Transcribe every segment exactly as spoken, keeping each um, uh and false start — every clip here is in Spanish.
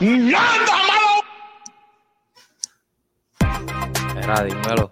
¡Nada, malo! Era, dímelo.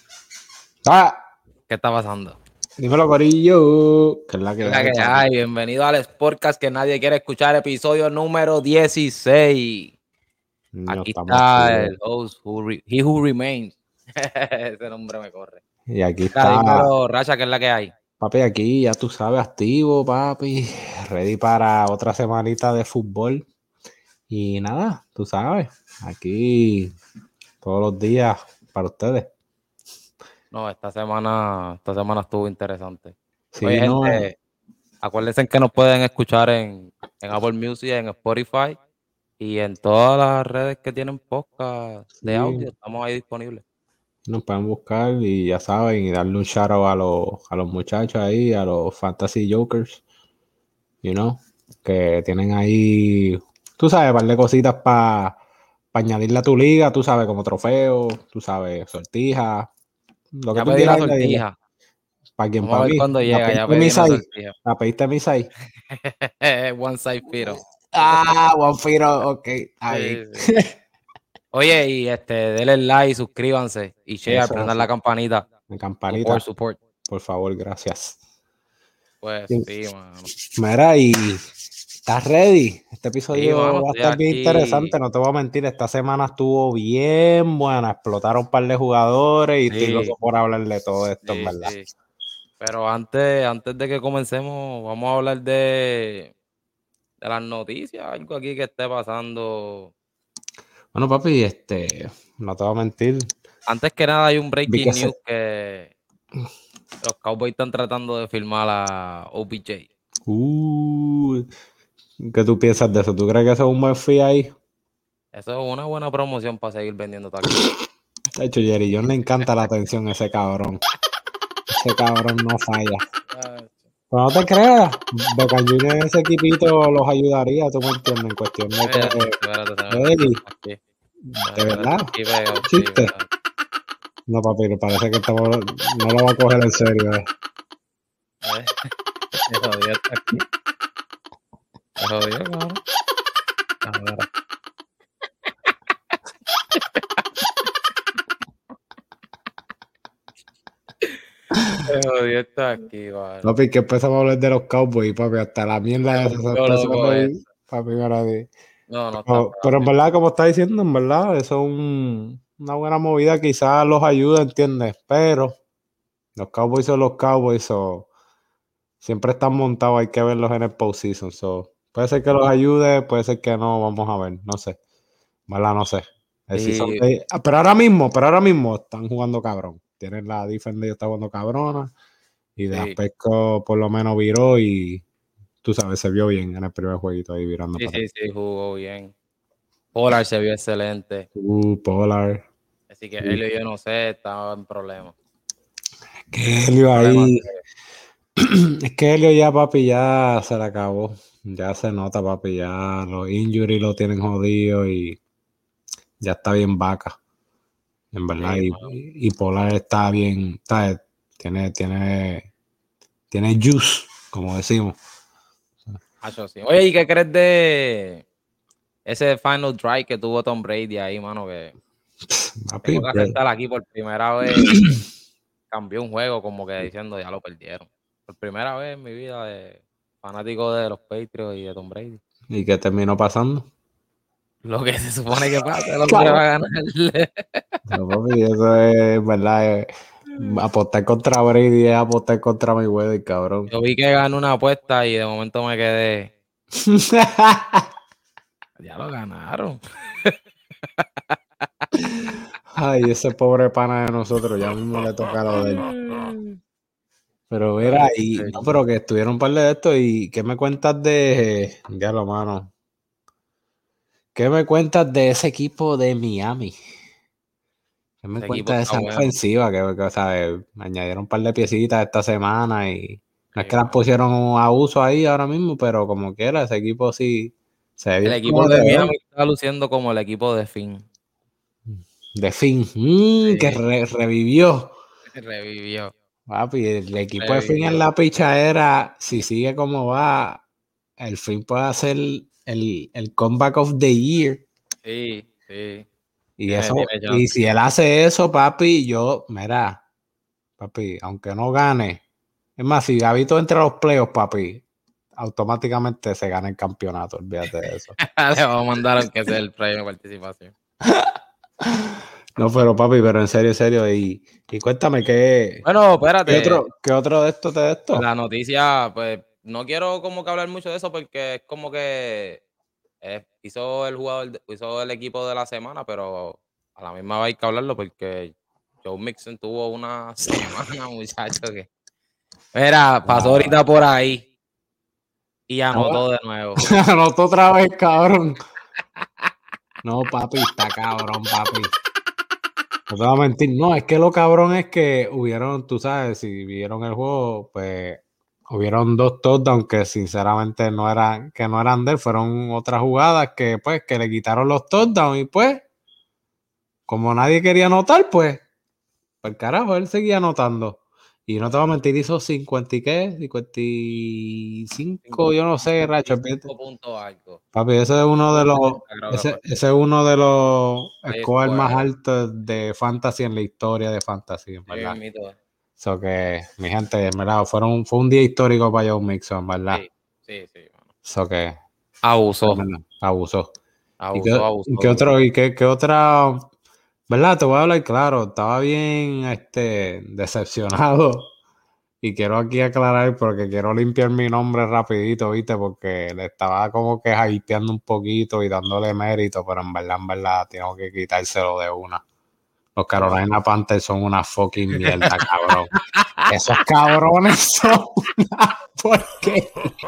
Ah, ¿Qué está pasando? dímelo, corillo. Que es la que ¿Qué es la hay, que papi. hay? Bienvenido al Sportcast que nadie quiere escuchar, episodio número dieciséis. No, Aquí estamos está activos. el host, who re- He Who Remains. Ese nombre me corre. Y aquí Era, está, dímelo, Racha, ¿qué es la que hay? papi, aquí ya tú sabes, activo, papi. Ready para otra semanita de fútbol. Y nada, tú sabes, aquí todos los días para ustedes. No, esta semana, esta semana estuvo interesante. Sí, Oye, no, gente, acuérdense que nos pueden escuchar en, en Apple Music, en Spotify y en todas las redes que tienen podcast de sí, audio. Estamos ahí disponibles. nos pueden buscar y ya saben, y darle un shout out a los, a los muchachos ahí, a los Fantasy Jokers, you know, que tienen ahí, tú sabes, un par de cositas para añadirle a tu liga, tú sabes, como trofeo, tú sabes, sortijas, lo que Ya tú pedí la quieras añadirle. sortija. ¿Para quién? Vamos a ¿Para ver mí? cuándo ¿La llega. Ya pediste pedí misa una ahí? sortija. ¿La pediste misa ahí? One size fit 'em. Ah, Juan Firo, ok, ahí. Sí, sí. Oye, y este, denle like, suscríbanse y share, Eso, prendan sí. la campanita. La campanita, Support, support. por favor, gracias. Pues Sí. sí, mano. Mira, y ¿estás ready? Este episodio Sí, mano, va a estoy estar bien aquí. interesante, no te voy a mentir, esta semana estuvo bien buena, explotaron un par de jugadores y estoy Sí, loco por hablar de todo esto, en sí, verdad. sí. Pero antes, antes de que comencemos, vamos a hablar de, de las noticias, algo aquí que esté pasando. Bueno, papi, este, no te voy a mentir, Antes que nada, hay un vi breaking que se... news que los Cowboys están tratando de firmar a O B J. Uh, ¿qué tú piensas de eso? ¿Tú crees que eso es un buen fee ahí? Eso es una buena promoción para seguir vendiendo taquillas. De hecho, Jerry John le encanta la atención a ese cabrón. Ese cabrón no falla. Pero no te creas, Boca Juniors en ese equipito los ayudaría, tú me entiendes, en cuestión de que... Espérate, espérate, se me Ey, metió aquí. ¿de verdad? Aquí pegado, sí, ¿Chiste? espérate. No, papi, me parece que estamos, no lo va a coger en serio, eh. Eh, Me jodió esto aquí. Me jodió, cabrón. Ahora. Me jodió esto aquí, vale. Papi, que empezamos a hablar de los Cowboys, papi, hasta la mierda Me esa se volvió empezó loco a reír, esto. papi, ahora sí. No, no está Pero, pero en fácil. verdad, como está diciendo, en verdad, eso es un- una buena movida, quizás los ayuda, ¿entiendes? Pero los Cowboys son los Cowboys, so, siempre están montados, hay que verlos en el postseason, so, puede ser que los ayude, puede ser que no, vamos a ver, no sé, ¿verdad? No sé. El season Y de- ah, pero ahora mismo, pero ahora mismo están jugando cabrón, tienen la defensa, ellos están jugando cabrona, y de sí, aspecto por lo menos viró y tú sabes, se vio bien en el primer jueguito ahí virando sí, para sí, sí, jugó bien. Polar se vio excelente. uh, Polar. Así que Sí. Helio, yo no sé, estaba en problemas. Que Helio Problemas ahí. serios. Es que Helio ya, papi, ya se le acabó. Ya se nota, papi. Ya los injuries lo tienen jodido y ya está bien vaca. En verdad. Sí, Y, mano. y Polar está bien. Está, tiene, tiene, tiene juice, como decimos. Hacho, sí. Oye, ¿y qué crees de ese final drive que tuvo Tom Brady ahí, mano? Que Papi, tengo que pues, aceptar aquí por primera vez. Cambió un juego como que diciendo ya lo perdieron. Por primera vez en mi vida de fanático de los Patriots y de Tom Brady. ¿y qué terminó pasando? Lo que se supone que pasa, el hombre Claro. va a ganarle. No, papi, eso es verdad. eh, Apostar contra Brady es apostar contra Mayweather, cabrón. Yo vi que ganó una apuesta y de momento me quedé. Ya lo ganaron. Ay, ese pobre pana de nosotros, ya mismo le toca lo de él. Pero mira, Ay, y no, señor. pero que estuvieron un par de esto y ¿qué me cuentas de, ya lo mano? ¿Qué me cuentas de ese equipo de Miami? ¿Qué me Ese equipo cuentas de está esa bueno. ofensiva? Que, que, o sea, eh, añadieron un par de piecitas esta semana y no es Sí, que las mano. pusieron a uso ahí ahora mismo, pero como quiera, ese equipo sí se ve El bien equipo de prometedor. Miami está luciendo como el equipo de Finn. De fin, mm, que Sí, re- revivió. revivió. Papi, el equipo de fin en Revivió. la pichadera, si sigue como va, el fin puede hacer el, el comeback of the year. Sí, sí. Y, Tiene- eso, tiene chance. y si él hace eso, papi, yo, mira, papi, aunque no gane, es más, si Gabito entra a los playoffs, papi, automáticamente se gana el campeonato, olvídate de eso. Le vamos a mandar aunque sea el premio de participación. No, pero papi, pero en serio, en serio, y, y cuéntame qué, Bueno, espérate. ¿qué otro, qué otro de esto te de esto? La noticia, pues, no quiero como que hablar mucho de eso porque es como que eh, hizo el jugador, de- hizo el equipo de la semana, pero a la misma vez hay que hablarlo porque Joe Mixon tuvo una semana, muchacho, que... Mira, pasó ahorita por ahí y anotó de nuevo. Anotó otra vez, cabrón. No, papi, está cabrón, papi. No te voy a mentir. No, es que lo cabrón es que hubieron, tú sabes, si vieron el juego, pues hubieron dos touchdowns que sinceramente no eran, que no eran de él, fueron otras jugadas que pues que le quitaron los touchdowns y pues, como nadie quería anotar, pues, pues carajo, él seguía anotando. Y no te voy a mentir, hizo cincuenta y qué, cincuenta y cinco, yo no sé, Racho. cinco puntos algo. Papi, ese es uno de los, Creo que ese, fue. ese es uno de los Ahí scores más fue. altos de fantasy en la historia de fantasy, en Sí, verdad. mismito. So que, mi gente, en verdad, fueron, fue un día histórico para Joe Mixon, ¿verdad? Sí, sí, sí. Mano. So que, Abusó. en verdad, abusó. ¿Y qué, Abusó, abusó. y qué otro, y qué, qué otra, verdad? Te voy a hablar claro, estaba bien, este, decepcionado. Y quiero aquí aclarar porque quiero limpiar mi nombre rapidito, ¿viste? Porque le estaba como que hypeando un poquito y dándole mérito, pero en verdad, en verdad, tengo que quitárselo de una. Los Carolina Panthers son una fucking mierda, cabrón. Esos cabrones son una porquería.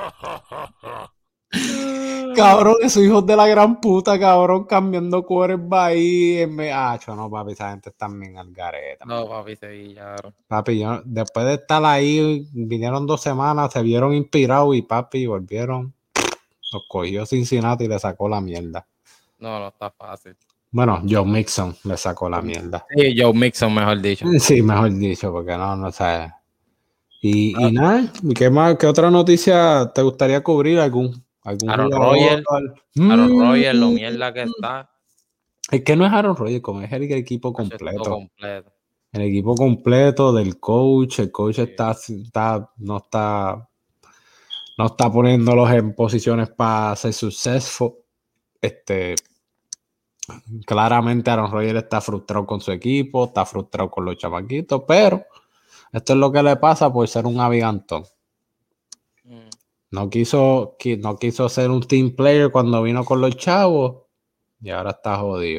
Cabrón, esos hijos de la gran puta, cabrón, cambiando quarterback ahí. En vez... Ah, yo no, papi, esa gente está bien al gareta. No, papi, se guillaron. Papi, yo, después de estar ahí, vinieron dos semanas, se vieron inspirados y papi, volvieron. Los cogió Cincinnati y le sacó la mierda. No, no está fácil. Bueno, Joe Mixon le sacó la mierda. Sí, Joe Mixon, mejor dicho. Sí, mejor dicho, porque no, no sé. Y, ah. y nada, ¿qué más? ¿Qué otra noticia te gustaría cubrir? ¿Algún, algún Aaron jugador? Rodgers, Mm. Aaron Rodgers, lo mierda que está. Es que no es Aaron Rodgers, como es el equipo completo. completo. El equipo completo del coach. El coach sí. está, está, no está, no está poniéndolos en posiciones para ser successful. Este, claramente Aaron Rodgers está frustrado con su equipo, está frustrado con los chamaquitos, pero esto es lo que le pasa por ser un abigantón. Mm. No quiso, no quiso ser un team player cuando vino con los chavos y ahora está jodido.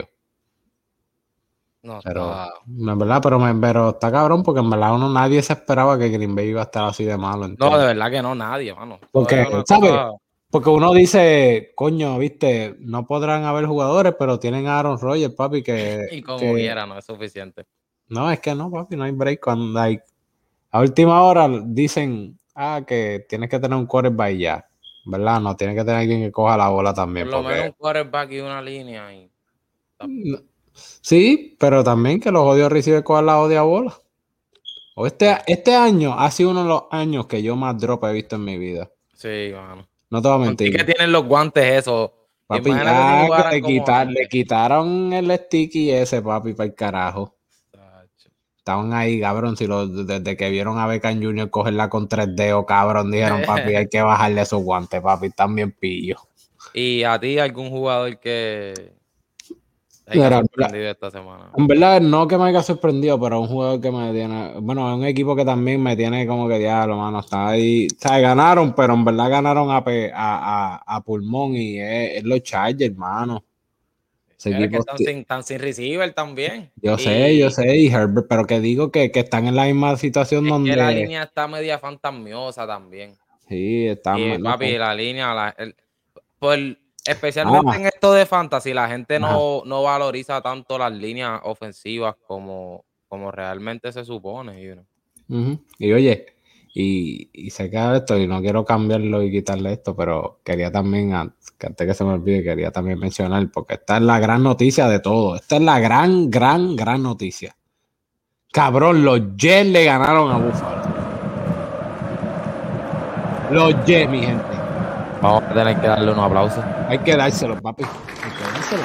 No, pero, está... en verdad, pero, me, pero está cabrón porque en verdad uno, nadie se esperaba que Green Bay iba a estar así de malo. ¿entiendes? No, de verdad que no, nadie, mano. Porque, ¿sabes? Cosa... Porque uno dice, coño, viste, no podrán haber jugadores, pero tienen a Aaron Rodgers, papi, que... y como que... quiera, no es suficiente. No, es que no, papi, no hay break. Cuando hay... A última hora dicen, ah, que tienes que tener un quarterback ya, ¿verdad? No, tienes que tener alguien que coja la bola también. Por lo porque... menos un quarterback y una línea. Y... No. Sí, pero también que los odios recibe coger la odia bola. O este, este año ha sido uno de los años que yo más drop he visto en mi vida. Sí, mano. No te voy a mentir. Sí que tienen los guantes eso. Papi, ya si que le, quitar, le quitaron el sticky ese, papi, para el carajo. Tacho. Estaban ahí, cabrón, si lo, desde que vieron a Beckham junior cogerla con tres dedos, cabrón, dijeron, papi, hay que bajarle esos guantes, papi, están bien pillos. ¿Y a ti algún jugador que... Te haya sorprendido esta semana? En verdad, no que me haya sorprendido, pero un jugador que me tiene... Bueno, es un equipo que también me tiene como que diablo, mano. Está ahí... O sea, ganaron, pero en verdad ganaron a, a, a, a pulmón y es, es los Chargers, hermano. Ese equipo que están, sin, están sin receiver también. Yo y... sé, yo sé, y Herbert, pero que digo que, que están en la misma situación es donde... que la línea está media fantasmiosa también. Sí, está... Y, papi, no, la línea... La, el, por, Especialmente ah. en esto de fantasy, la gente no, no valoriza tanto las líneas ofensivas como, como realmente se supone. You know? uh-huh. Y oye, y, y se queda esto, y no quiero cambiarlo y quitarle esto, pero quería también, antes que se me olvide, quería también mencionar, porque esta es la gran noticia de todo. Esta es la gran, gran, gran noticia. Cabrón, los Jets le ganaron a Buffalo. Los Jets, mi gente. Vamos a tener que darle unos aplausos. Hay que dárselo, papi. Hay que dárselo.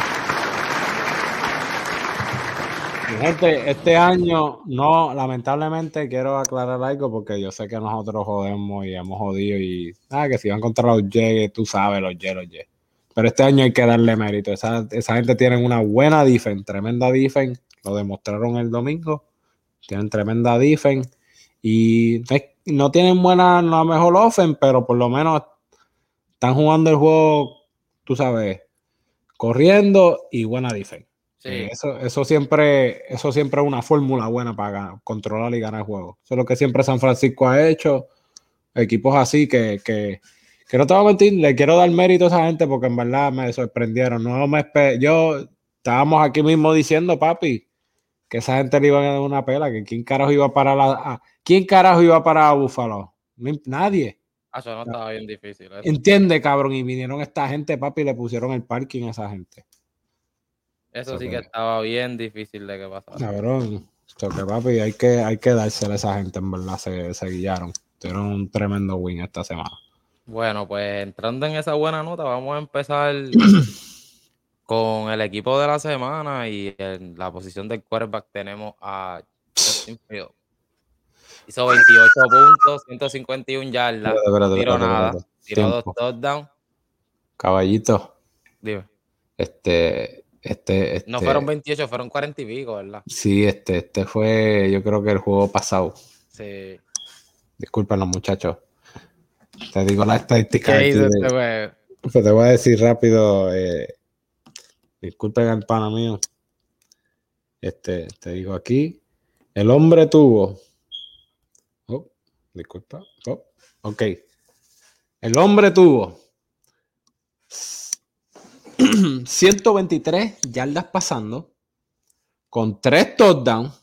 Mi gente, este año, no, lamentablemente quiero aclarar algo porque yo sé que nosotros jodemos y hemos jodido y nada, que si van contra los Jets, tú sabes, los Jets, los Jets. Pero este año hay que darle mérito. Esa, esa gente tiene una buena defense, tremenda defense. Lo demostraron el domingo. Tienen tremenda defense. Y no tienen buena, no mejor offense, pero por lo menos están jugando el juego, tú sabes, corriendo y buena defense. Sí. Eh, eso, eso, siempre, eso siempre es una fórmula buena para ganar, controlar y ganar el juego. Eso es lo que siempre San Francisco ha hecho. Equipos así que, que, que no te voy a mentir, le quiero dar mérito a esa gente porque en verdad me sorprendieron. No me esper- Yo estábamos aquí mismo diciendo, papi, que esa gente le iba a dar una pela, que quién carajo iba para la, a, quién carajo iba para Buffalo. Nadie. Eso no estaba bien difícil. Eso. Entiende, cabrón, y vinieron esta gente, papi, y le pusieron el parking a esa gente. Eso sí que estaba bien difícil de que pasara. Cabrón, so que papi, hay que, hay que dársela a esa gente, en verdad, se, se guiaron. Tuvieron un tremendo win esta semana. Bueno, pues entrando en esa buena nota, vamos a empezar con el equipo de la semana y en la posición del quarterback tenemos a Justin Fields. Hizo veintiocho puntos, ciento cincuenta y uno yardas, no tiró nada, tiró dos touchdowns. Caballito. Dime. Este, este, este. No fueron veintiocho, fueron cuarenta y pico, ¿verdad? Sí, este, este fue, yo creo que el juego pasado. Sí. Disculpen los muchachos. Te digo la estadística. ¿Qué hizo de, este güey? Pues te voy a decir rápido. Eh, disculpen al pana mío. Este, te digo aquí. El hombre tuvo. Oh, disculpa. Oh, ok. El hombre tuvo ciento veintitrés yardas pasando, con tres touchdowns,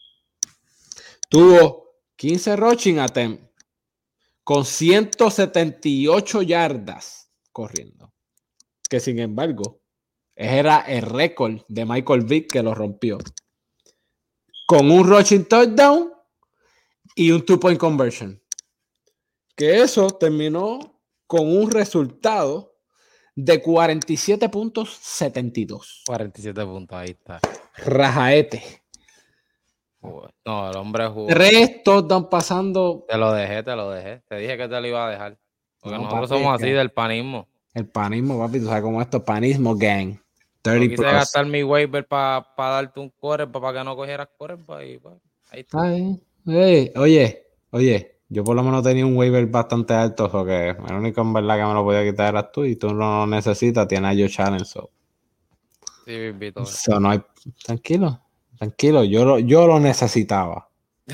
tuvo quince rushing attempts, con ciento setenta y ocho yardas corriendo, que sin embargo era el récord de Michael Vick que lo rompió, con un rushing touchdown y un two-point conversion, que eso terminó con un resultado de cuarenta y siete puntos setenta y dos. cuarenta y siete puntos, ahí está. Rajaete. No, el hombre jugó. Tres touchdowns pasando. Te lo dejé, te lo dejé. Te dije que te lo iba a dejar. Porque no, nosotros papi, somos así del panismo. El panismo, papi, tú sabes cómo es esto, panismo gang. No quise plus. gastar mi waiver para pa darte un core para que no cogieras core. Y, pues, ahí está. Ay, hey, oye, oye, yo por lo menos tenía un waiver bastante alto, so que el único en verdad que me lo podía quitar eras tú y tú no lo necesitas, tienes a Josh Challenge. So. Sí, invito. So, no hay... Tranquilo, tranquilo, yo lo, yo lo necesitaba.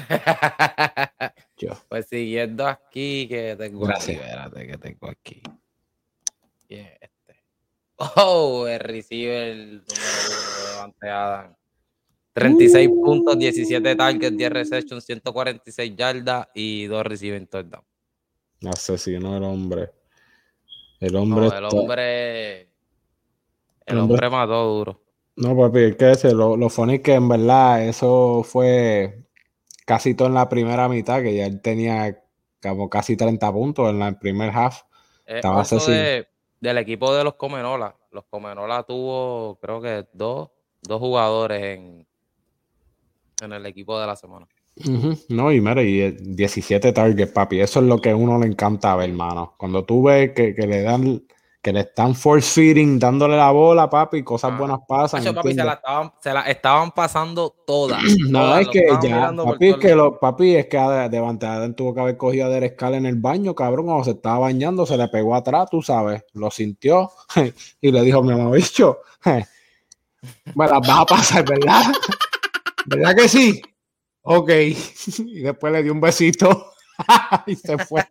yo. Pues siguiendo aquí, que tengo Gracias. aquí, espérate, que tengo aquí. Yeah, este. Oh, el receiver número uno de Davante Adams. treinta y seis uh. puntos, diecisiete targets, diez receptions, ciento cuarenta y seis yardas y dos receiving touchdowns. Asesino el hombre. El hombre. No, el hombre. El, el hombre, hombre mató duro. No, papi, es que ese, lo, lo funny es que en verdad eso fue casi todo en la primera mitad, que ya él tenía como casi treinta puntos en el primer half. Es Estaba de, del equipo de los Comenola. Los Comenola tuvo, creo que dos, dos jugadores en, en el equipo de la semana. Uh-huh. No, y mira, y diecisiete targets, papi. Eso es lo que a uno le encanta ver, hermano. Cuando tú ves que, que le dan, que le están force feeding, dándole la bola, papi, cosas ah. buenas pasan. Acho, papi, se la, estaban, se la estaban pasando todas. No, todas, es que ya, papi, es que, lo, papi, es que Davante Adams tuvo que haber cogido a Derek Carr en el baño, cabrón, cuando se estaba bañando, se le pegó atrás, tú sabes, lo sintió y le dijo, mi mamá, bicho, me las vas a pasar, ¿verdad? ¿Verdad que sí? Ok, y después le dio un besito y se fue.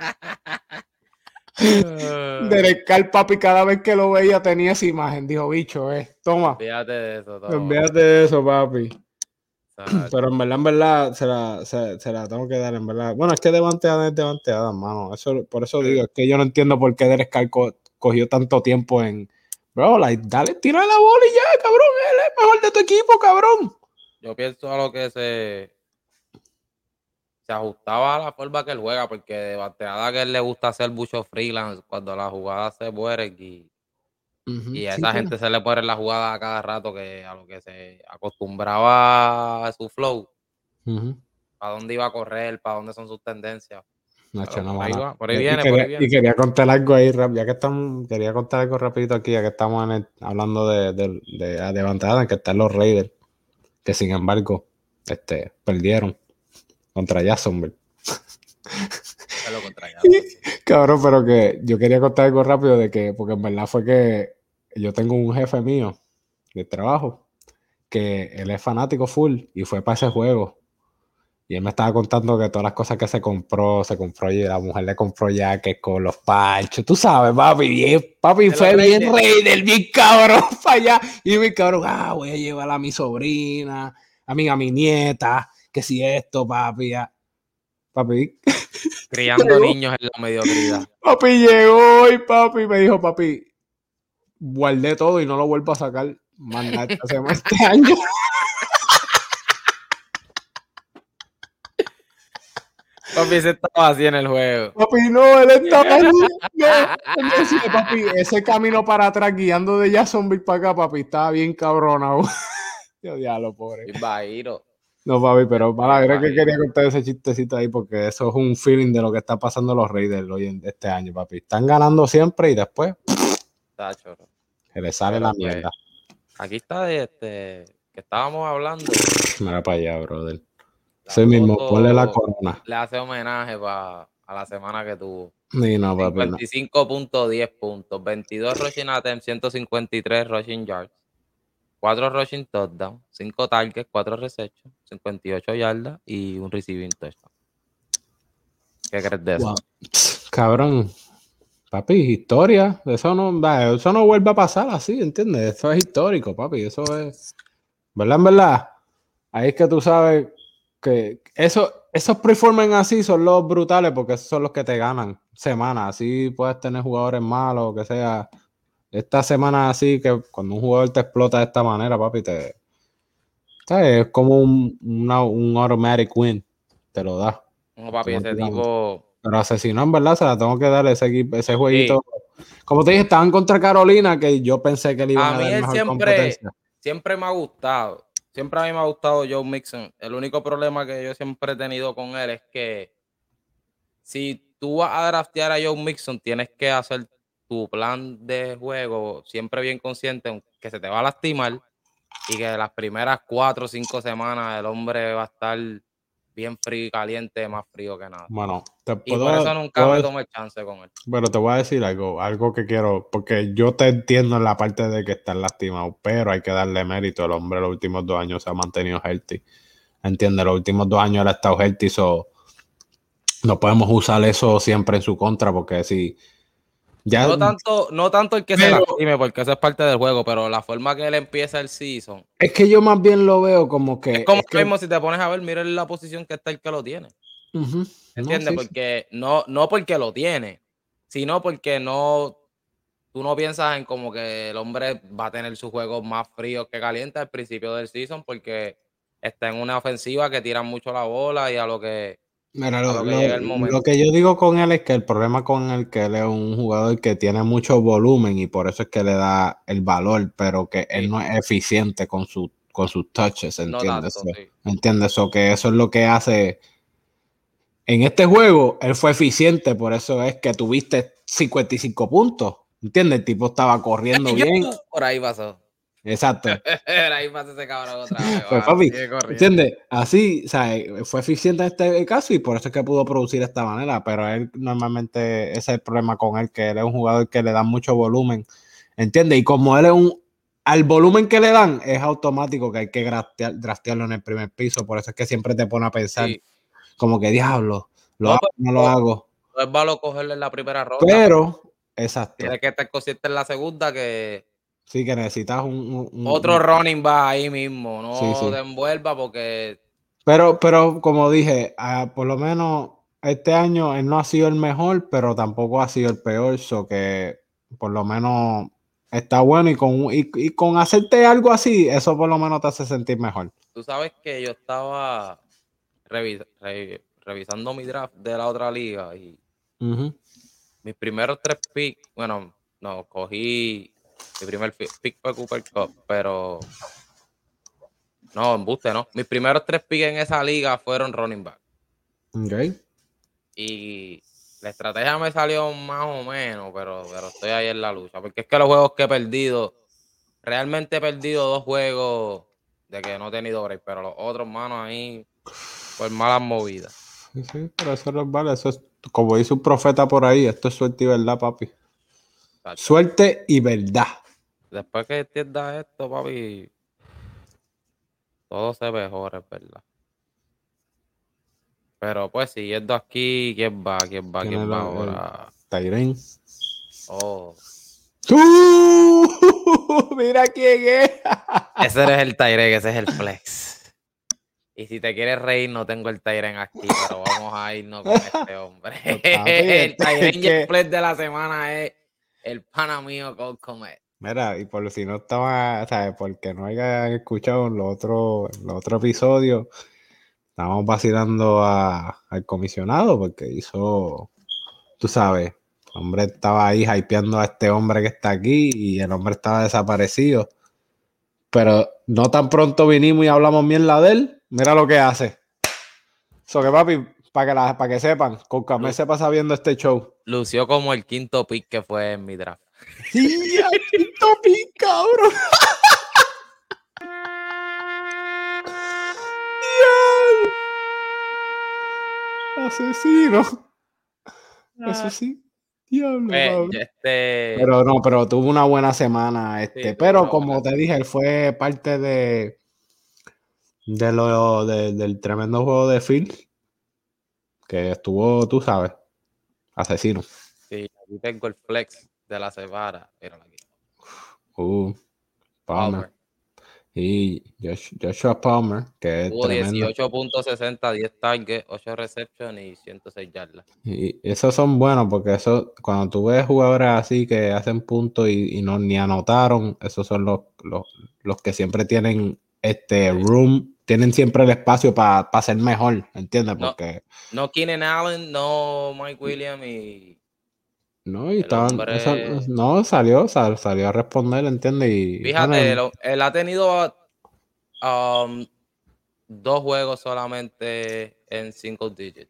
Derek Carr, papi, cada vez que lo veía tenía esa imagen. Dijo, bicho, eh, toma. Fíjate de eso, toma. Olvídate de eso, papi. Exacto. Pero en verdad, en verdad, se la, se, se la tengo que dar, en verdad. Bueno, es que Davante Adams es Davante Adams, mano. Eso, por eso sí. digo, es que yo no entiendo por qué Derek Carr co cogió tanto tiempo en... Bro, like, dale, tira la bola y ya, cabrón. Él es mejor de tu equipo, cabrón. Yo pienso a lo que se se ajustaba a la forma que él juega, porque de bateada que él le gusta hacer mucho freelance cuando la jugada se muere y, Uh-huh. y a Sí, esa pero... gente se le muere la jugada a cada rato, que a lo que se acostumbraba a su flow, uh-huh. para dónde iba a correr, para dónde son sus tendencias. Nacho, Pero no, por ahí mano. va, por ahí Y viene, por ahí quería, y viene. quería contar algo ahí, rap, ya que estamos, quería contar algo rapidito aquí, ya que estamos en el- hablando de, de, de, de Bantada, que están los Raiders, que sin embargo, este, perdieron contra Jacksonville. Se lo contrallado. Cabrón, pero que yo quería contar algo rápido de que, porque en verdad fue que yo tengo un jefe mío de trabajo, que él es fanático full y fue para ese juego. Y él me estaba contando que todas las cosas que se compró, se compró y la mujer le compró ya que con los panchos, tú sabes, papi, bien, papi, De los fue bien Raiders. rey del bien cabrón para allá. Y mi cabrón, ah, voy a llevar a mi sobrina, a mí, a mi nieta, que si esto, papi, ya. Papi, Criando llegó, niños en la mediocridad. papi llegó y papi me dijo, papi, guardé todo y no lo vuelvo a sacar más nada esta semana, este año. Papi, se estaba así en el juego. Papi, no, él estaba allí. No, él decía, papi, ese camino para atrás guiando de Jacksonville para acá, papi, estaba bien cabronado. Yo, diablo, pobre. Bairo. No, papi, pero para ver que Bairo. quería contar ese chistecito ahí porque eso es un feeling de lo que está pasando los Raiders hoy en este año, papi. Están ganando siempre y después Tacho. se les sale Pero la pues, mierda. aquí está este que estábamos hablando. Mira para allá, brother. La Ese mismo, foto ponle la corona. le hace homenaje pa, a la semana que tuvo. Sí, no, papi, no. cincuenta y cinco punto diez puntos, veintidós rushing attempts, ciento cincuenta y tres rushing yards, cuatro rushing touchdowns, cinco targets, cuatro receptions, cincuenta y ocho yardas y un receiving touchdown. ¿Qué crees de eso? Wow. Cabrón, papi, historia. Eso no, eso no vuelve a pasar así, ¿entiendes? Eso es histórico, papi. Eso es. ¿Verdad? En verdad. Ahí es que tú sabes que eso, esos performance así son los brutales porque esos son los que te ganan semanas. Así puedes tener jugadores malos o que sea. Esta semana así que cuando un jugador te explota de esta manera, papi, te. ¿Sabes? Es como un, una, un automatic win. Te lo da. No, papi, ese tipo. Pero asesinó, en verdad, se la tengo que dar ese, ese jueguito. Sí. Como te dije, estaban contra Carolina, que yo pensé que le iban A a mí dar él mejor siempre, competencia. siempre me ha gustado. Siempre a mí me ha gustado Joe Mixon. El único problema que yo siempre he tenido con él es que si tú vas a draftear a Joe Mixon, tienes que hacer tu plan de juego siempre bien consciente que se te va a lastimar y que las primeras cuatro o cinco semanas el hombre va a estar bien frío y caliente, más frío que nada. Bueno, te Y puedo, por eso nunca puedo, me tomé chance con él. pero te voy a decir algo, algo que quiero, porque yo te entiendo en la parte de que estás lastimado, pero hay que darle mérito. El hombre los últimos dos años se ha mantenido healthy. ¿Entiendes? Los últimos dos años él ha estado healthy, so no podemos usar eso siempre en su contra, porque si ya... No tanto, no tanto el que pero, se lastime, porque eso es parte del juego, pero la forma que él empieza el season. Es que yo más bien lo veo como que... Es como es que, mismo si te pones a ver, mira la posición que está el que lo tiene. uh-huh, ¿Entiendes? no, sí, porque no, no porque lo tiene, sino porque no, tú no piensas en como que el hombre va a tener sus juegos más fríos que calientes al principio del season, porque está en una ofensiva que tira mucho la bola y a lo que, Mira, a lo, lo que lo, llega el lo momento. que yo digo con él es que el problema con él que él es un jugador que tiene mucho volumen y por eso es que le da el valor, pero que él Sí. no es eficiente con, su, con sus touches, No ¿entiendes? tanto, So, sí. ¿entiendes? So, que eso es lo que hace... En este juego, él fue eficiente, por eso es que tuviste cincuenta y cinco puntos, ¿entiendes? El tipo estaba corriendo bien. Por ahí pasó. Exacto. Por ahí pasó ese cabrón otra vez. Pues Va, papi, sigue corriendo. ¿entiendes? Así, o sea, fue eficiente en este caso y por eso es que pudo producir de esta manera, pero él normalmente, ese es el problema con él, que él es un jugador que le da mucho volumen, ¿entiendes? Y como él es un, al volumen que le dan, es automático que hay que draftear, draftearlo en el primer piso, por eso es que siempre te pone a pensar, Sí. como que diablo, lo No, hago, no lo hago. No es malo cogerle en la primera ronda. Pero, exacto. Tienes que estar consciente en la segunda que sí, que necesitas un, un, un otro un, running va ahí mismo. No sí, sí. te envuelva porque. Pero, pero como dije, uh, por lo menos este año él no ha sido el mejor, pero tampoco ha sido el peor, so que por lo menos está bueno y con, y, y con hacerte algo así, eso por lo menos te hace sentir mejor. Tú sabes que yo estaba revis re revisando mi draft de la otra liga y uh-huh. mis primeros tres picks, bueno, no, cogí mi primer pick fue Cooper Cup, pero no, embuste, no. Mis primeros tres picks en esa liga fueron running back. Okay. Y la estrategia me salió más o menos, pero, pero estoy ahí en la lucha. Porque es que los juegos que he perdido, realmente he perdido dos juegos de que no he tenido break, pero los otros, manos, ahí, por malas movidas. Sí, sí, pero eso no vale. Eso es, como dice un profeta por ahí, esto es suerte y verdad, papi. Exacto. Suerte y verdad. Después que entiendas esto, papi, todo se mejora, es verdad. Pero pues siguiendo aquí, ¿quién va? ¿Quién va? ¿Quién va ahora? Tyren. Oh. ¡Uh! Mira quién es. Ese eres el Tyren, ese es el flex. Y si te quieres reír, no tengo el Tyren aquí, pero vamos a irnos con este hombre. No, papi, el Tyren y el flex de la semana es el pana mío Cole Kmet. Mira, y por si no estaba, ¿sabes? Porque no hayan escuchado los otros los otro episodios, estábamos vacilando a, al comisionado porque hizo, tú sabes, el hombre estaba ahí hypeando a este hombre que está aquí y el hombre estaba desaparecido. Pero no tan pronto vinimos y hablamos mierda de él, mira lo que hace. So que papi, para que, la, para que sepan, con Kmet se pasa viendo este show. Lució como el quinto pick que fue en mi draft. ¡Sí! ¡El quinto pick, cabrón! Asesino. Eso sí. Diablo, pues, este... Pero no, pero tuvo una buena semana. Este, sí, pero como te dije, él fue parte de, de lo de, del tremendo juego de Phil. Que estuvo, tú sabes, asesino. Sí, aquí tengo el flex de la semana. Míralo aquí. Uh, Palmer. Palmer. Y Josh, Joshua Palmer, que tuvo es tremendo. dieciocho punto sesenta, diez targets, ocho receptions y ciento seis yardas. Y esos son buenos porque eso, cuando tú ves jugadores así que hacen puntos y, y no ni anotaron, esos son los, los, los que siempre tienen este sí. room, tienen siempre el espacio para pa ser mejor, ¿entiendes? Porque no, no Keenan Allen, no Mike Williams y no, y estaban, hombre... eso, no, salió, sal, salió a responder, ¿entiendes? Y, fíjate, bueno, él, él ha tenido um, dos juegos solamente en single digit.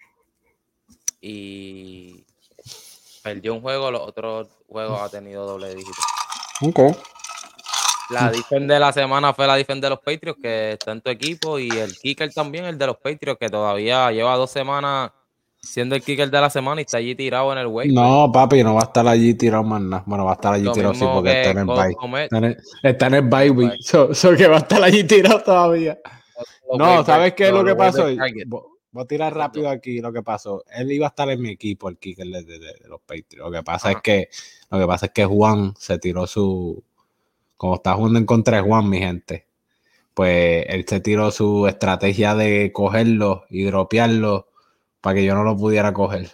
Y perdió un juego, los otros juegos ha tenido doble dígito. Ok. La defensa de la semana fue la defensa de los Patriots, que está en tu equipo, y el kicker también, el de los Patriots, que todavía lleva dos semanas siendo el kicker de la semana y está allí tirado en el waiver. No, papi, no va a estar allí tirado más nada. Bueno, va a estar allí Lo tirado sí porque está en el bye. Está en, está en el bye week. So, so que va a estar allí tirado todavía. Los no, ¿sabes qué es lo que pasó? Voy a tirar rápido aquí lo que pasó. Él iba a estar en mi equipo, el kicker de, de, de los Patriots. Lo que pasa Ajá. es que lo que pasa es que Juan se tiró su, como está jugando en contra de Juan, mi gente, pues él se tiró su estrategia de cogerlo y dropearlo para que yo no lo pudiera coger.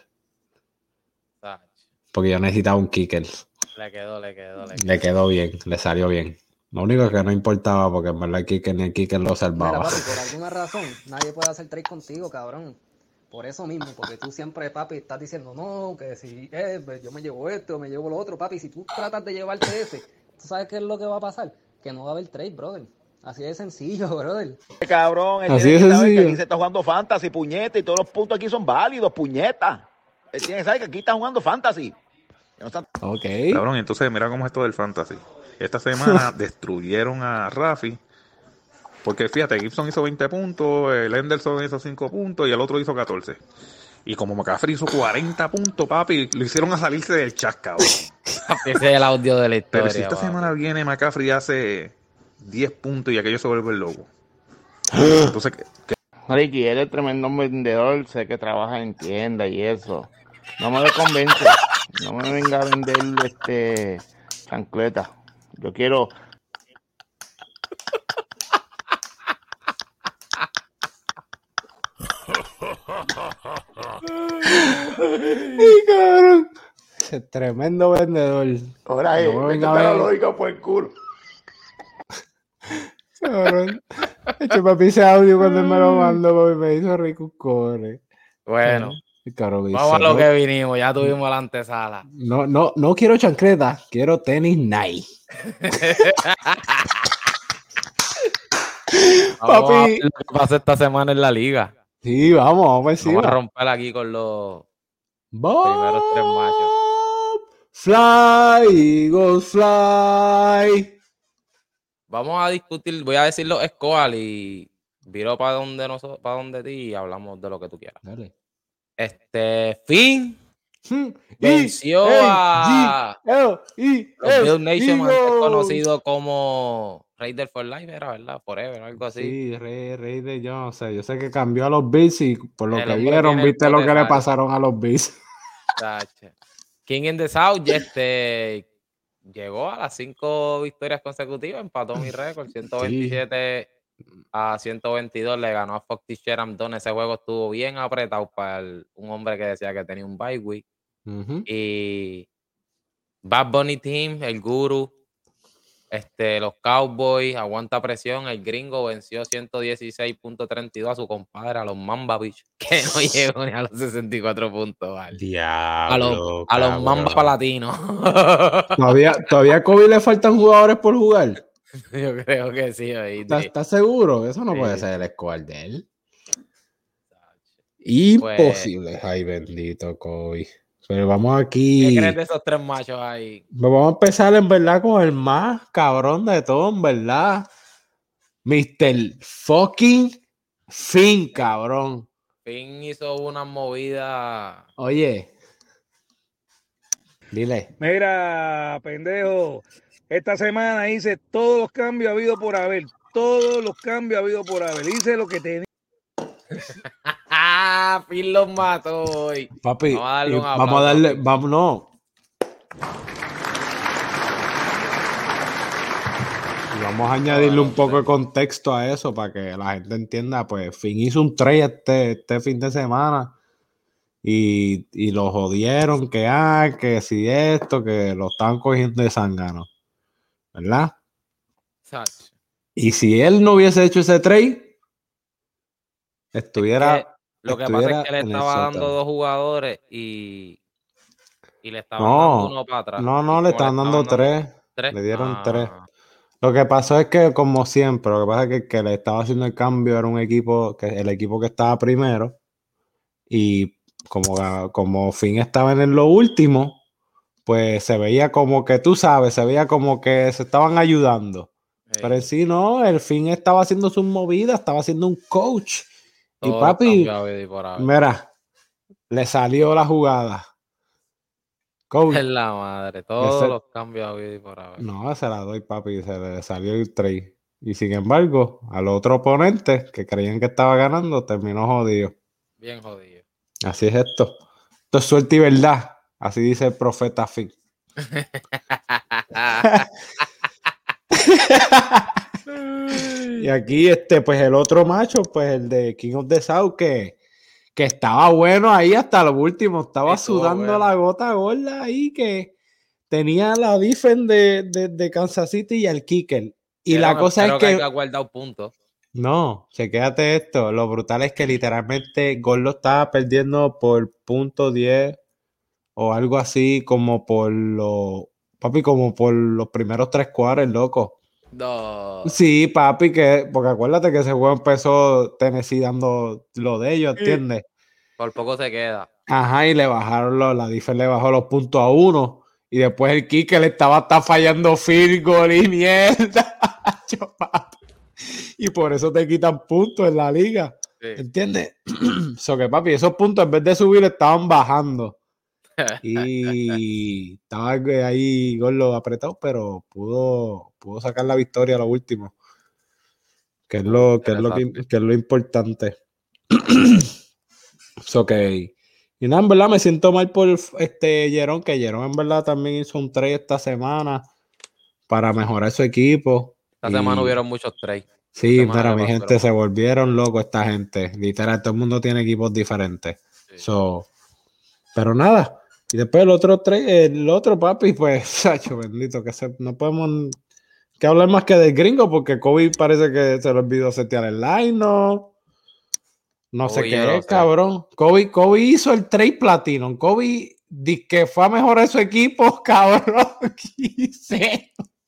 Porque yo necesitaba un kicker. Le quedó, le quedó, le quedó. Le quedó bien, le salió bien. Lo único que no importaba, porque en verdad el kicker ni el kicker lo salvaba. Mira, papi, por alguna razón, nadie puede hacer trade contigo, cabrón. Por eso mismo, porque tú siempre, papi, estás diciendo, no, que si eh, yo me llevo esto, me llevo lo otro, papi. Si tú tratas de llevarte ese, ¿tú sabes qué es lo que va a pasar? Que no va a haber trade, brother. Así de sencillo, brother. Cabrón, así de sencillo. Que aquí se está jugando fantasy, puñeta, y todos los puntos aquí son válidos, puñeta. Él tiene que saber que aquí está jugando fantasy. No está... Ok. Cabrón, entonces mira cómo es esto del fantasy. Esta semana destruyeron a Rafi. Porque fíjate, Gibson hizo veinte puntos, el Henderson hizo cinco puntos y el otro hizo catorce. Y como McCaffrey hizo cuarenta puntos, papi, lo hicieron a salirse del chat, cabrón. Ese es el audio de la historia. Pero si esta papi. semana viene McCaffrey hace diez puntos y aquello se vuelve el loco. Entonces, ¿qué? ¿qué? Ricky, él es tremendo vendedor, sé que trabaja en tienda y eso. No me lo convence. No me venga a vender este chancleta. Yo quiero... ¡Ay, cabrón! Ese tremendo vendedor. Ahora es, no venga a la lógica por el culo. Cabrón. Hecho papi ese audio cuando me lo mandó, papi, me hizo rico core. Bueno, Caro dice, vamos a lo no, que vinimos. Ya tuvimos la antesala. no, no, no quiero chancleta, quiero tenis Nike. Vamos a ver Papi. lo que pasa esta semana en la liga. Sí, vamos, vamos a Vamos a romper aquí con los Bob, primeros tres machos. Fly, Eagles fly. Vamos a discutir, voy a decir los scores y viro para donde nosotros, para donde ti y hablamos de lo que tú quieras. Dale. Este Finn Hmm. venció E, a G, L, E, los S, Bill Nation, antes Eagles. conocido como Raider for Life, era verdad, Forever, algo así. Sí, Rey, Rey de yo no sé, yo sé que cambió a los Bills y por lo El que hombre vieron, tiene el viste lo que le Spotify. pasaron a los Bills. Tache. King in the South, este llegó a las cinco victorias consecutivas, empató mi récord, ciento veintisiete a ciento veintidós, le ganó a Foxy Sheram Don. Ese juego estuvo bien apretado para el- un hombre que decía que tenía un bye week. Ujú. Y Bad Bunny Team, el Guru, este, los Cowboys, aguanta presión. El gringo venció ciento dieciséis punto treinta y dos a su compadre, a los Mamba Beach, que no llegó ni a los sesenta y cuatro puntos. Vale. A los, Diablo, a los cabrón. Mamba Palatinos. ¿Todavía, todavía a Kobe le faltan jugadores por jugar? Yo creo que sí. ¿Estás ¿Estás, ¿Estás seguro? Eso no Sí. puede ser el squad de él. Imposible. Pues, ay, bendito Kobe. Pero vamos aquí. ¿Qué crees de esos tres machos ahí? Vamos a empezar en verdad con el más cabrón de todo, en verdad. mister Fucking Finn, cabrón. Finn hizo una movida. Oye. Dile. Mira, pendejo. Esta semana hice todos los cambios habido por haber. Todos los cambios habido por haber. Hice lo que tenía. ¡Ah! Finn los mató hoy. Papi, Vamos a darle, un vamos a darle, vamos, no. Y vamos a añadirle un poco de contexto a eso para que la gente entienda. Pues Finn hizo un trade este, este fin de semana y, y lo jodieron, que ah, que si esto, que lo estaban cogiendo de zángano, ¿verdad? Exacto. Y si él no hubiese hecho ese trade, estuviera... Es que lo que pasa es que le estaba dando dos jugadores y, y le estaban no, dando uno para atrás. No, no, le estaban dando, dando tres. tres. Le dieron ah. tres. Lo que pasó es que, como siempre, lo que pasa es que el que le estaba haciendo el cambio era un equipo, que el equipo que estaba primero. Y como, como Finn estaba en lo último, pues se veía como que, tú sabes, se veía como que se estaban ayudando. Sí. Pero en sí no, el Finn estaba haciendo sus movidas, estaba haciendo un coach. Todo y papi, mira, le salió la jugada. Coach. Es la madre, todos ese, los cambios y por haber. No, se la doy, papi, se le salió el trade. Y sin embargo, al otro oponente que creían que estaba ganando, terminó jodido. Bien jodido. Así es esto. Esto es suerte y verdad. Así dice el profeta Finn. Y aquí, este, pues el otro macho, pues el de King of the South, que, que estaba bueno ahí hasta lo último. Estaba Estuvo sudando bueno. La gota gorda ahí, que tenía la defense de, de, de Kansas City y el kicker. Y pero la cosa es que... que ha guardado puntos. No, chequéate esto. Lo brutal es que literalmente Gol lo estaba perdiendo por punto diez o algo así, como por los... Papi, como por los primeros tres cuartos, loco. No. Sí, papi, que porque acuérdate que ese juego empezó Tennessee dando lo de ellos, ¿entiendes? Por poco se queda. Ajá, y le bajaron los, la diferencia le bajó los puntos a uno. Y después el kicker le estaba hasta fallando field goal y mierda. Y por eso te quitan puntos en la liga. Sí. ¿Entiendes? So que papi, esos puntos en vez de subir estaban bajando. Y estaba ahí Gordo apretado, pero pudo, pudo sacar la victoria a lo último. Que es lo, que es lo, que, que es lo importante. So que, y nada, en verdad me siento mal por este Jerón, que Jerón en verdad también hizo un trade esta semana para mejorar su equipo. Esta y, semana hubieron muchos trades. Sí, pero mi gente se volvieron locos esta gente. Literal, todo el mundo tiene equipos diferentes. Sí. So, pero nada. Y después el otro trade, el otro papi, pues, sacho, bendito, que se, no podemos que hablar más que del gringo, porque Kobe parece que se le olvidó setear el line, ¿no? No sé Kobe, qué yo no es, sé. cabrón. Kobe, Kobe hizo el trade Platinum. Kobe di que fue a mejorar su equipo, cabrón. Quise.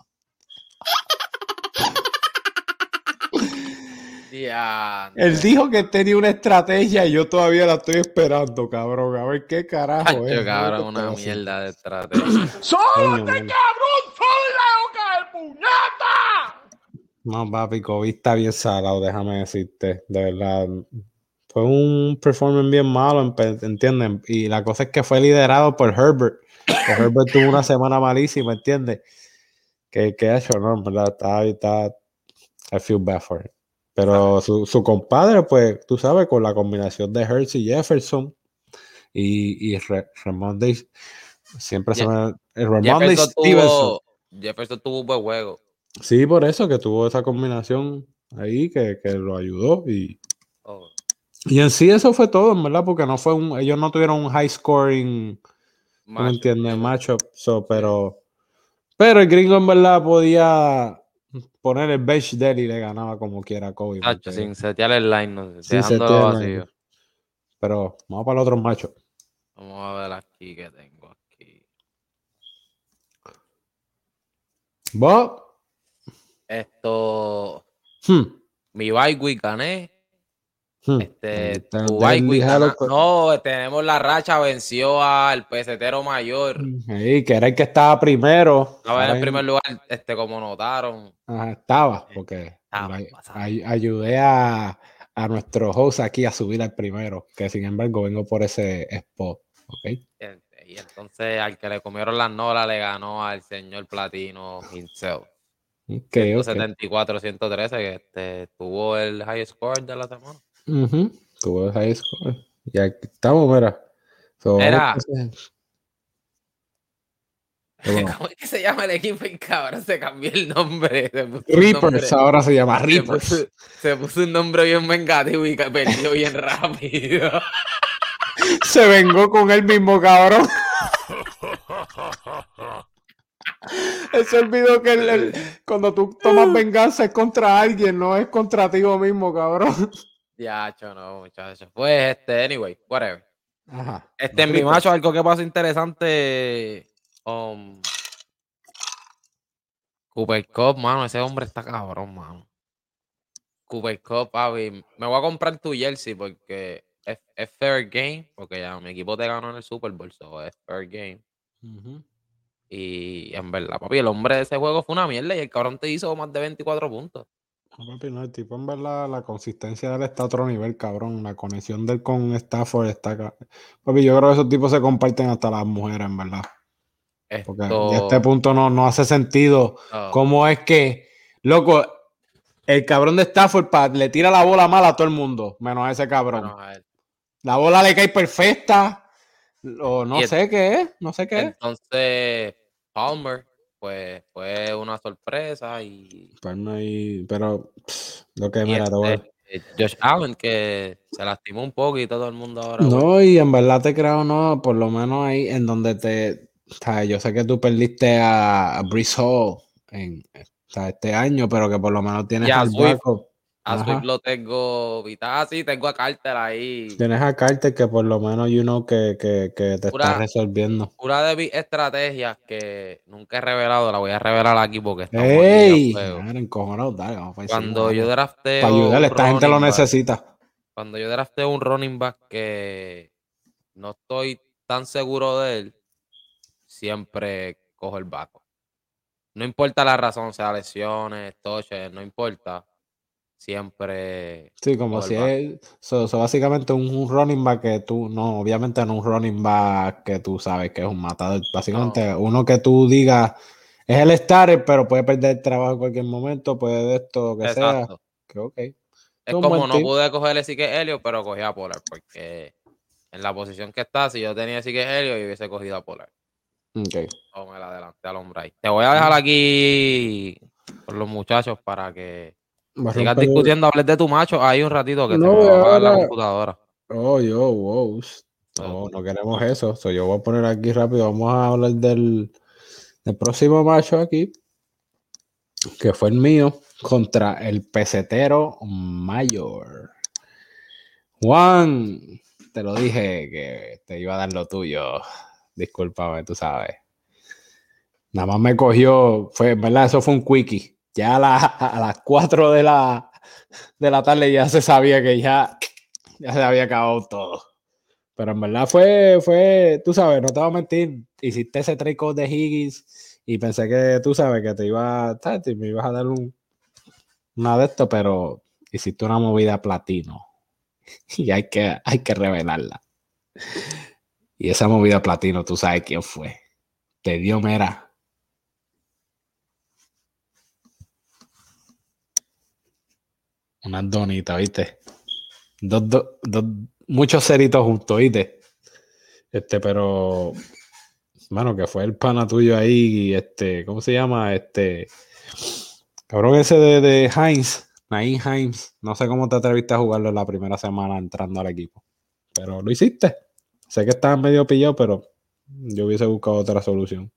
Diantre. Él dijo que tenía una estrategia y yo todavía la estoy esperando, cabrón. A ver qué carajo es. Hacho, cabrón, una mierda de estrategia. ¡Sólate, cabrón! ¡Sola, puñeta! No, papi, Kobe está bien salado, déjame decirte. De verdad. Fue un performance bien malo, empe- ¿entienden? Y la cosa es que fue liderado por Herbert. Que Herbert tuvo una semana malísima, ¿entiendes? Que, que ha hecho, no, en verdad, está, está, I feel bad for him. Pero su, su compadre, pues, tú sabes, con la combinación de Hurts y Jefferson y, y Re- Ramonde, siempre se Je- me... el Ramonde Jefferson Stevenson. tuvo, Jefferson tuvo un buen juego. Sí, por eso que tuvo esa combinación ahí que, que lo ayudó y... Oh, Y en sí eso fue todo, en verdad, porque no fue un, ellos no tuvieron un high scoring, ¿tú me macho, entiendes? sí, Matchup, so, sí. pero, pero el gringo en verdad podía poner el bench de él y le ganaba como quiera a Kobe. Hacho, porque- sin setear el line, no sé, sí, se dejándolo tiene, vacío. pero vamos para el otro matchup. Vamos a ver aquí que tengo aquí. Bob, Esto, hmm, mi bye week gané. hmm. Este, Está tu bye Deadly week Hallow, gana- No, tenemos la racha, venció al pesetero mayor. sí, que era el que estaba primero. Estaba en Ahora el primer mismo- lugar, este, como notaron. ajá, estaba, porque Estaba lo- pasando. ay- ayudé a, a nuestro host aquí a subir al primero, que sin embargo vengo por ese spot, ¿ok? Este, Y entonces al que le comieron las nolas le ganó al señor Platino himself. Ok, ok. ciento setenta y cuatro a ciento trece, que este, tuvo el high score de la semana. Ujú, tuvo el high score. Y aquí estamos, mira. So, vamos Era, a hacer- ¿Qué va? ¿cómo es que se llama el equipo? Y cabrón, se cambió el nombre. Se puso un Reapers, nombre, ahora se llama se Reapers. puso, se puso un nombre bien vengativo y que perdió bien rápido. Se vengó con él mismo, cabrón. Él se olvidó que el- el- cuando tú tomas venganza es contra alguien, no es contra ti mismo, cabrón. Ya, no, muchachos. Pues este, anyway, whatever. Ajá. Este, en mi Reapers. macho, algo que pasa interesante. Um, Cooper Cup, mano, ese hombre está cabrón, mano. Cooper Cup, papi, me voy a comprar tu jersey porque es, es fair game, porque ya mi equipo te ganó en el Super Bowl, so es fair game. Ujú. Y en verdad, papi, el hombre de ese juego fue una mierda y el cabrón te hizo más de veinticuatro puntos. No, papi, no, el tipo en verdad la consistencia de él está a otro nivel, cabrón. La conexión de él con Stafford está... ca- Papi, yo creo que esos tipos se comparten hasta las mujeres, en verdad. Porque ya a este Esto, punto no, no hace sentido oh, cómo es que, loco, el cabrón de Stafford pa- le tira la bola mala a todo el mundo, menos a ese cabrón. bueno, a ver. La bola le cae perfecta, o no Y el- sé qué es, no sé qué es. Entonces, Palmer, pues fue una sorpresa y Pues no hay- pero pff, lo que Y mira, te voy a- este, eh, Josh Allen, que se lastimó un poco y todo el mundo ahora. No, y en verdad te creo, no, por lo menos ahí en donde te, o sea, yo sé que tú perdiste a, a Breece Hall en, o sea, este año, pero que por lo menos tienes Y a al Swift. backup. A Ajá. Swift lo tengo vital. Ah, sí, tengo a Carter ahí. Tienes a Carter que por lo menos you know que, que, que te Pura- está resolviendo. Una de mis estrategias que nunca he revelado, la voy a revelar aquí porque estamos aquí ¡Ey! a fuego. Madre, encojonado, dale, vamos para encima, Cuando dale. yo drafteo Para ayudarle, un esta gente lo running back- necesita. Cuando yo drafteo un running back que no estoy tan seguro de él, siempre cojo el backup. No importa la razón, sea lesiones, toches, no importa. Siempre. Sí, como cojo el si backup. es, so, so básicamente un, un running back que tú, no, obviamente no un running back que tú sabes que es un matador, básicamente uno que tú digas, es el starter, pero puede perder el trabajo en cualquier momento, puede de esto, lo que sea, Exacto. que ok. Es un como buen no team. pude coger ese que Helio, pero cogí a Polar, porque en la posición que está, si yo tenía ese que Helio, yo hubiese cogido a Polar. Ok. O me la adelanté al hombre ahí. Te voy a dejar aquí con los muchachos para que Va a sigas romper- discutiendo, hables de tu macho ahí un ratito que No, se me va a apagar la ahora- computadora. Oh, yo, wow. No, no queremos eso. So, yo voy a poner aquí rápido. Vamos a hablar del, del próximo macho aquí, que fue el mío, contra el pesetero mayor. Juan, te lo dije que te iba a dar lo tuyo. Discúlpame, tú sabes. Nada más me cogió, fue, en verdad, eso fue un quickie. Ya a, la, a las cuatro de la, de la tarde ya se sabía que ya, ya se había acabado todo. Pero en verdad fue, fue, tú sabes, no te voy a mentir, hiciste ese trade code de Higgins y pensé que, tú sabes, que te iba, te, me ibas a dar un, una de esto, pero hiciste una movida platino y hay que, hay que revelarla. Y esa movida platino, tú sabes quién fue. Te dio mera. Unas donitas, ¿viste? Dos, dos, dos, muchos ceritos juntos, ¿viste? Este, pero, bueno, que fue el pana tuyo ahí, este, ¿cómo se llama? Este, cabrón ese de, de Hines, Naeem Hines. No sé cómo te atreviste a jugarlo la primera semana entrando al equipo, pero lo hiciste. Sé que estabas medio pillado, pero yo hubiese buscado otra solución.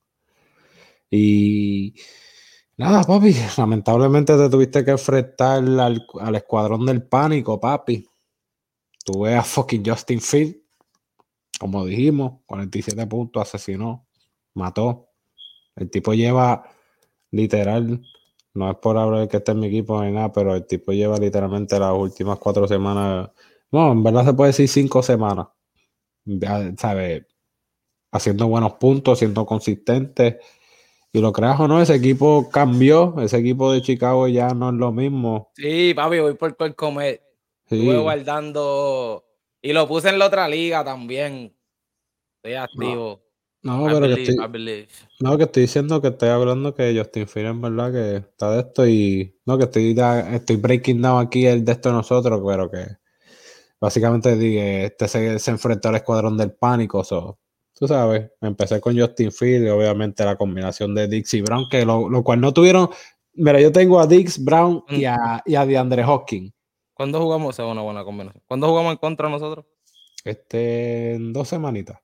Y nada, papi, lamentablemente te tuviste que enfrentar al, al escuadrón del pánico, papi. Tuve a fucking Justin Field, como dijimos, cuarenta y siete puntos, asesinó, mató. El tipo lleva literal, no es por hablar que esté en mi equipo ni nada, pero el tipo lleva literalmente las últimas cuatro semanas, no, en verdad se puede decir cinco semanas, ¿sabes? Haciendo buenos puntos, siendo consistente. Y lo creas o no, ese equipo cambió. Ese equipo de Chicago ya no es lo mismo. Sí, papi, voy por el comer. Sí. Estuve guardando. Y lo puse en la otra liga también. Estoy activo. No, no I pero believe, que estoy. I believe. No, que estoy diciendo que estoy hablando que Justin Fields en verdad que está de esto y. No, que estoy, da, estoy breaking down aquí el de esto de nosotros, pero que. Básicamente dije, este se, se enfrentó al escuadrón del pánico. So, tú sabes, empecé con Justin Fields y obviamente la combinación de Dix y Brown, que lo, lo cual no tuvieron. Mira, yo tengo a Dix, Brown y a, y a DeAndre Hopkins. ¿Cuándo jugamos? Esa es una buena combinación. ¿Cuándo jugamos en contra nosotros? Este, en dos semanitas.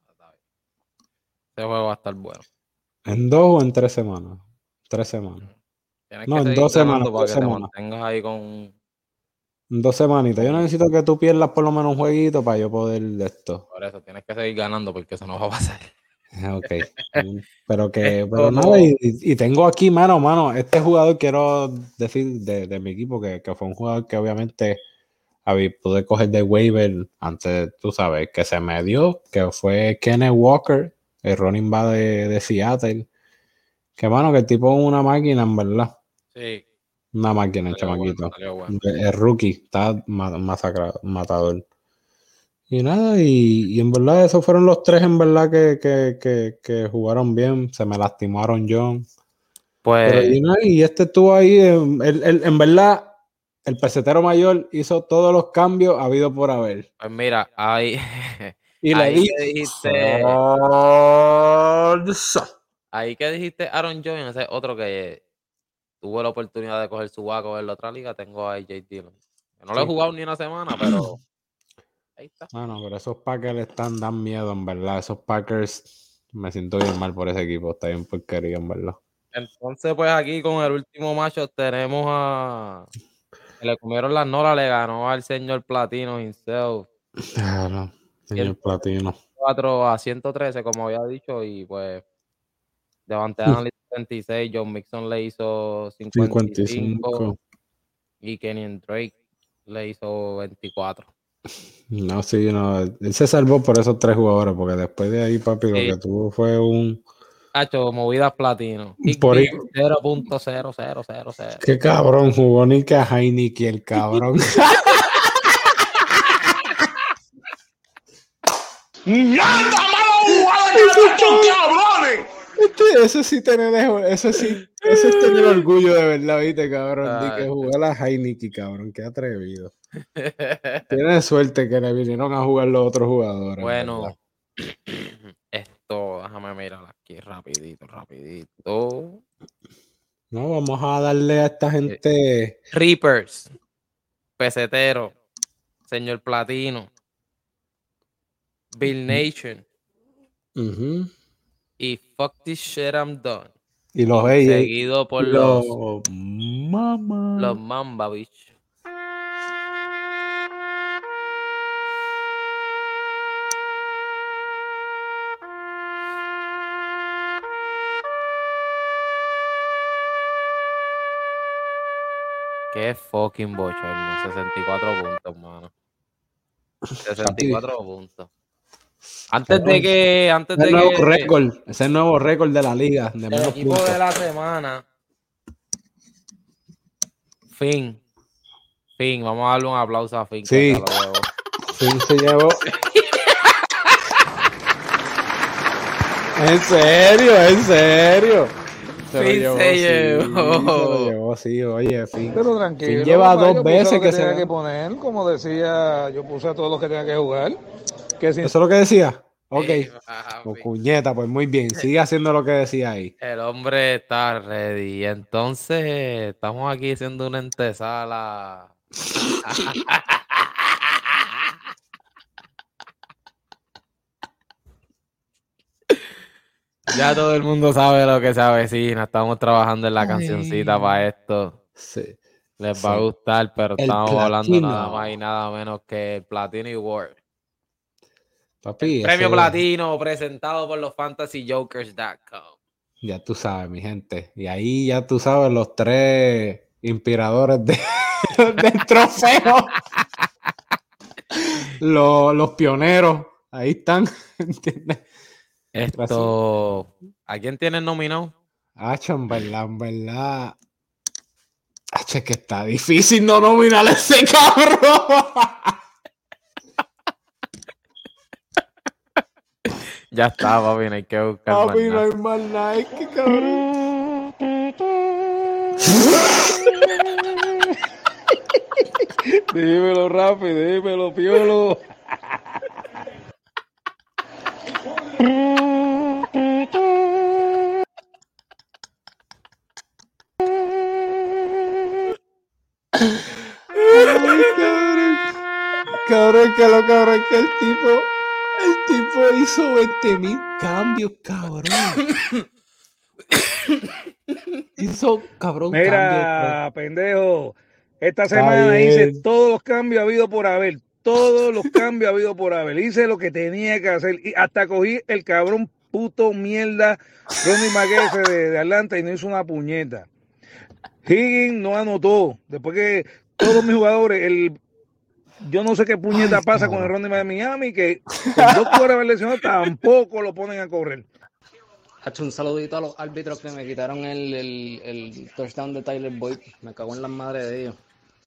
Ese juego va a estar bueno. ¿En dos o en tres semanas? Tres semanas. Tienes No, que en seguir dos semanas. ganando para Dos que semanas. te mantengas ahí con. En dos semanitas. Yo con- necesito que tú pierdas por lo menos un jueguito para yo poder de esto. Por eso, tienes que seguir ganando porque eso no va a pasar. Ok. Pero que, Esto- pero nada, y, y tengo aquí, mano, mano, este jugador quiero decir de, de mi equipo que, que fue un jugador que obviamente a mí pude coger de waiver antes, tú sabes, que se me dio, que fue Kenneth Walker, el running back de, de Seattle. Que mano, que el tipo es una máquina, en verdad. Sí. Una máquina, el Salió bueno, chamaquito. salió bueno. El rookie está ma- masacrado, matador. Y nada, y, y en verdad esos fueron los tres en verdad que, que, que, que jugaron bien. Se me lastimaron John. Pero Pues, y, nada, y este estuvo ahí, en, el- el- en verdad, el pesetero mayor hizo todos los cambios habido por haber. pues mira, ahí, Y le ahí di. que dijiste, ahí que dijiste Aaron Jones, ese es otro que tuve la oportunidad de coger su vaco en la otra liga, tengo a A J Dillon. Que no lo he Sí. jugado ni una semana, pero ahí está. Bueno, pero esos Packers están, dan miedo, en verdad. Esos Packers, me siento bien mal por ese equipo. Está bien porquería, en verdad. Entonces, pues aquí con el último macho tenemos a. Que le comieron las nolas, le ganó al señor Platino himself. Claro, señor Platino. cuatro a ciento trece, como había dicho, y pues Devante Adams le hizo treinta y seis, John Mixon le hizo cincuenta y cinco, cincuenta y cinco. y Kenyon Drake le hizo veinticuatro. No, sí, no. Él se salvó por esos tres jugadores, porque después de ahí, papi, Sí. lo que tuvo fue un. Hacho, movidas platino. Por ahí- cero punto cero cero cero cero. Qué cabrón, jugó ni que a Heineken, el cabrón. ¡Nada mala jugada que le estos cabrones! Este, ese sí tener, ese sí, ese es tener orgullo de verdad, viste, cabrón. Di que Ay. jugó a la Heineken, cabrón, qué atrevido. Tiene suerte que le vinieron a jugar los otros jugadores. Bueno, esto, déjame mirar aquí rapidito, rapidito. No, vamos a darle a esta gente. Reapers, Pesetero, Señor Platino, Bill Nation Uh-huh. y Fuck This Shit I'm Done. Y los y Ey, seguido por los, los, Mama. los Mamba, bitch. Qué fucking bochorno. sesenta y cuatro puntos, mano. sesenta y cuatro puntos. Antes de que. Antes Ese de nuevo que. récord, ese es el nuevo récord de la liga. De El menos equipo puntos. de la semana. Finn. Finn, vamos a darle un aplauso a Finn. Sí. Que se lo llevó. Finn se llevó. En serio, en serio. Se lo Finn llevó, se sí, llevó. se lo llevó, sí, oye, Finn. Pero tranquilo. Finn lleva papá, dos yo puse veces lo que, que se tenía va. que poner, como decía, yo puse a todos los que tenía que jugar. Que sin... ¿Eso es lo que decía? Ok. Sí, O papi. cuñeta, pues muy bien. Sigue haciendo lo que decía ahí. El hombre está ready. Entonces, estamos aquí haciendo una antesala. Ya todo el mundo sabe lo que se avecina. Estamos trabajando en la cancioncita para esto. Sí. Les va a Sí. gustar, pero El estamos hablando platino. nada más y nada menos que el Platino Award. Papi, El premio ese- platino presentado por los fantasy jokers punto com. Ya tú sabes, mi gente. Y ahí ya tú sabes los tres inspiradores de, del trofeo. los, los pioneros. Ahí están. ¿Entiendes? Esto, ¿a quién tienen nominado? Hacho, en verdad, en verdad. Hacho, es que está difícil no nominar a ese cabrón. Ya está, papi, no hay que buscar más Papi, no nada. hay más nada. Es que cabrón. Dímelo, Rafi, dímelo, Piolo. Ay, cabrón. Cabrón, que lo cabrón que el tipo. El tipo hizo veinte mil cambios, cabrón. Hizo, cabrón, cambios. Mira, pendejo. Esta Está semana hice bien. todos los cambios habidos por haber. Todos los cambios habidos por haber. Hice lo que tenía que hacer. Y hasta cogí el cabrón puto mierda Ronnie Maguese de, de Atlanta y no hizo una puñeta. Higgins no anotó. Después que todos mis jugadores, el yo no sé qué puñeta Ay, pasa con el cabrón. Ronnie de Miami, que con dos jugadores lesionados tampoco lo ponen a correr. Hacho, un saludito a los árbitros que me quitaron el, el, el touchdown de Tyler Boyd. Me cago en las madres de ellos.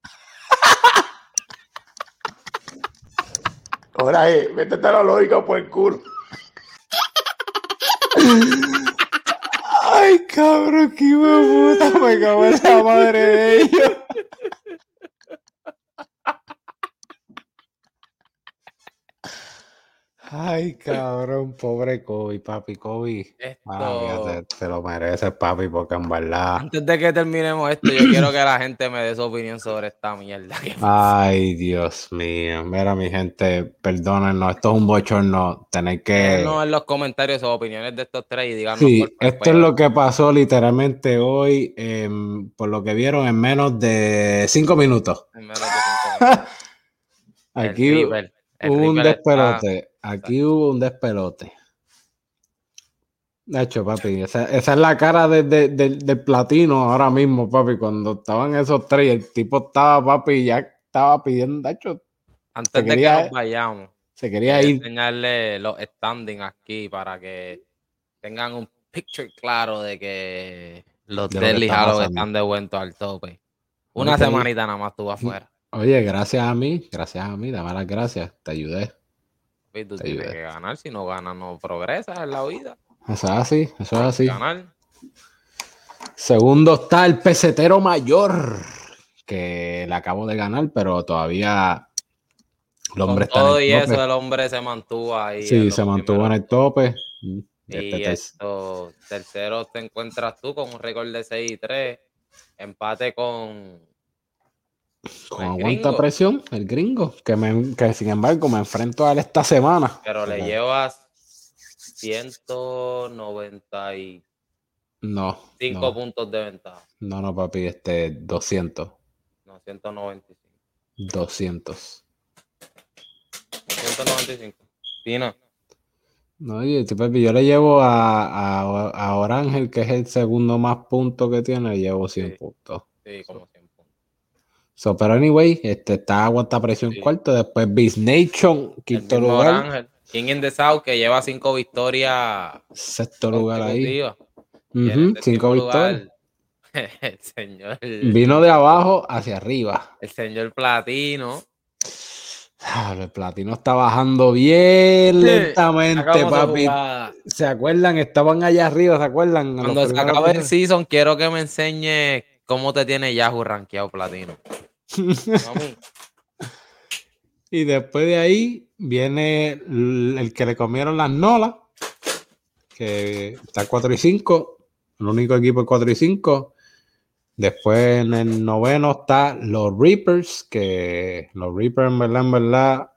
Ahora, eh, métete la lógica por el culo. Ay, cabrón, qué hijo de puta. Me cago en la madre de ellos. Ay, cabrón, pobre Kobe, papi, Kobe. Ah, Esto, te, te lo mereces, papi, porque en verdad. antes de que terminemos esto, yo quiero que la gente me dé su opinión sobre esta mierda. que pasa. Ay, Dios mío. Mira, mi gente, perdónennos, esto es un bochorno. Tener que. Déjenos en los comentarios sus opiniones de estos tres y díganos Sí, cuál fue esto es peor. lo que pasó literalmente hoy, em, por lo que vieron en menos de cinco minutos. En menos de cinco minutos. El Aquí Reaper, el hubo un Reaper está- despelote. Aquí hubo un despelote. De hecho, papi, esa, esa es la cara de, de- del- del platino ahora mismo, papi. Cuando estaban esos tres, el tipo estaba, papi, ya estaba pidiendo, de hecho, Antes se de quería- que nos vayamos, se quería quería ir. enseñarle los standings aquí para que tengan un picture claro de que los De lo que Deadly está Hallows pasando. están de vuelta al tope. Una Oye, semanita nada más estuvo afuera. Oye, gracias a mí, gracias a mí, dame las gracias, te ayudé. Y tú Te tienes ayudé. que ganar, si no ganas no progresas en la vida. Eso es así, eso es Tienes que así. ganar. Segundo está el pesetero mayor, que le acabo de ganar, pero todavía el Con hombre está todo en y el tope. eso el hombre se mantuvo ahí. en Sí, los se mantuvo en primeros el tope. Y Este ter- esto, tercero te encuentras tú con un récord de seis y tres. Empate con, con el aguanta gringo. presión, el gringo, que, me, que sin embargo me enfrento a él esta semana. Pero le Como- llevas ciento noventa y No, cinco no, puntos de ventaja. no, no, papi, este doscientos. No, ciento noventa y cinco. doscientos. ciento noventa y cinco. Pina. No, oye, este, papi, yo le llevo a, a, a Orángel, que es el segundo más puntos que tiene, le llevo cien Sí. puntos. Sí, como cien puntos. So, pero anyway, este está aguanta presión Sí. cuarto. Después Beast Nation, El quinto mismo lugar. Orangel. King in the South, que lleva cinco victorias Sexto lugar ahí. consecutivas. Y en Ujú, el cinco séptimo victorias. lugar, el señor, Vino de abajo hacia arriba. el señor Platino. Ah, el platino está bajando bien lentamente, Acabamos de papi. jugar. ¿Se acuerdan? Estaban allá arriba, ¿se acuerdan? En los Cuando se primeros acabe el episodios. season, quiero que me enseñe cómo te tiene Yahoo rankeado Platino. Mami. Y después de ahí viene el, el que le comieron las nolas, que está cuatro y cinco, el único equipo es cuatro y cinco. Después en el noveno está los Reapers, que los Reapers en verdad, en verdad,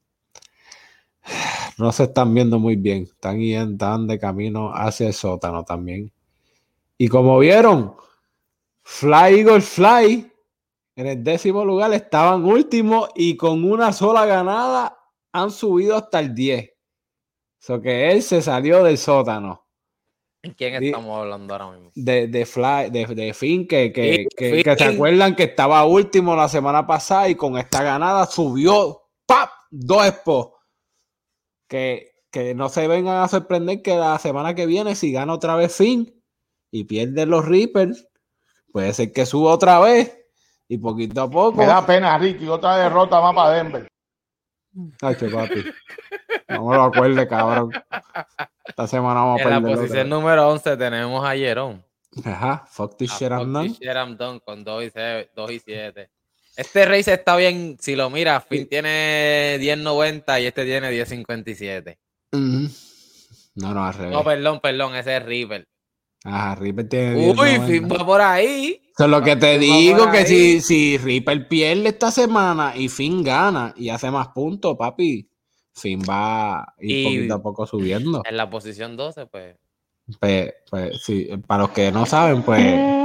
no se están viendo muy bien. Están yendo están de camino hacia el sótano también. Y como vieron, Fly Eagles Fly en el décimo lugar estaban últimos y con una sola ganada han subido hasta el diez. So que él se salió del sótano. ¿En quién Di- estamos hablando ahora mismo? De, de Fly, de, de Finn, que, que, Sí, que, que se Finn. acuerdan que estaba último la semana pasada y con esta ganada subió ¡pap! Dos spots. Que, que no se vengan a sorprender que la semana que viene, si gana otra vez Finn y pierden los Reapers, puede ser que suba otra vez y poquito a poco. Me da pena, Ricky, otra derrota más para Denver. Ay, che, papi. No me lo acuerde, cabrón. Esta semana vamos a En la perder posición otra. número once tenemos a Jerome. Ajá, fuck this A shit I'm Fuck done. This Shit I'm Done con dos y siete. Este race está bien, si lo miras, Finn tiene diez noventa y este tiene diez cincuenta y siete. Ujú. No, no, al revés. No, perdón, perdón, ese es Reaper. Ajá, Reaper tiene Uy, diez noventa. Finn va por ahí. Eso es lo que te Finn va digo, por que ahí. si, si Reaper pierde esta semana y Finn gana y hace más puntos, papi, Finn va a ir Y- poquito a poco subiendo. En la posición doce, pues. Pues, pues sí, para los que no saben, pues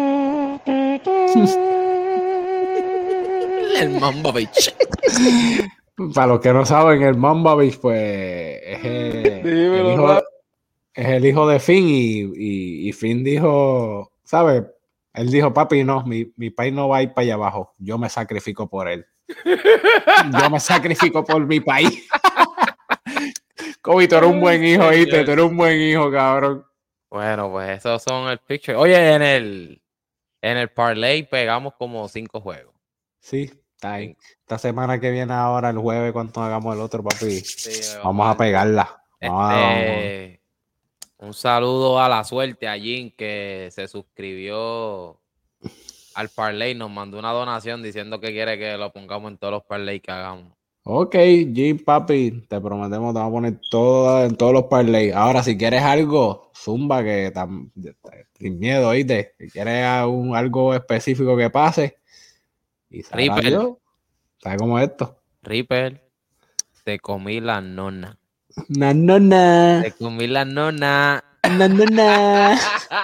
El Mamba Beach. para los que no saben, el Mamba Beach, pues es el, Dímelo, el hijo, Rap. es el hijo de Finn y, y, y Finn dijo, ¿sabes? Él dijo, papi, no, mi, mi país no va a ir para allá abajo. Yo me sacrifico por él. Yo me sacrifico por mi país. Kobe, tú eres un buen hijo, ¿oíste? Tú eres un buen hijo, cabrón. Bueno, pues esos son el picture. Oye, en el en el parlay pegamos como cinco juegos. Sí, está ahí. Esta semana que viene ahora, el jueves, cuando hagamos el otro, papi, Sí, vamos a pegarla. Vamos a- vamos a- Este, un saludo a la suerte a Jim que se suscribió al parlay, nos mandó una donación diciendo que quiere que lo pongamos en todos los parlays que hagamos. Ok, Jim, papi, te prometemos, te vamos a poner todo en todos los parlays. Ahora, si quieres algo, zumba, que tam- sin miedo, ¿oíste? Si quieres un, algo específico que pase, y sabrá Reaper. Dios, ¿sabes cómo es esto? Reaper, te comí la nona. Na, no, na, Te comí la nona. na, no, na.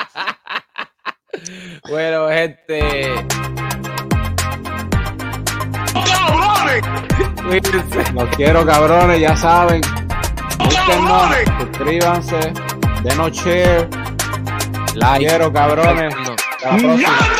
Bueno, gente. Cuídense. Los quiero, cabrones, ya saben. Búsquennos, suscríbanse, denos share. Los Like. quiero, cabrones. Like, no. Hasta la próxima.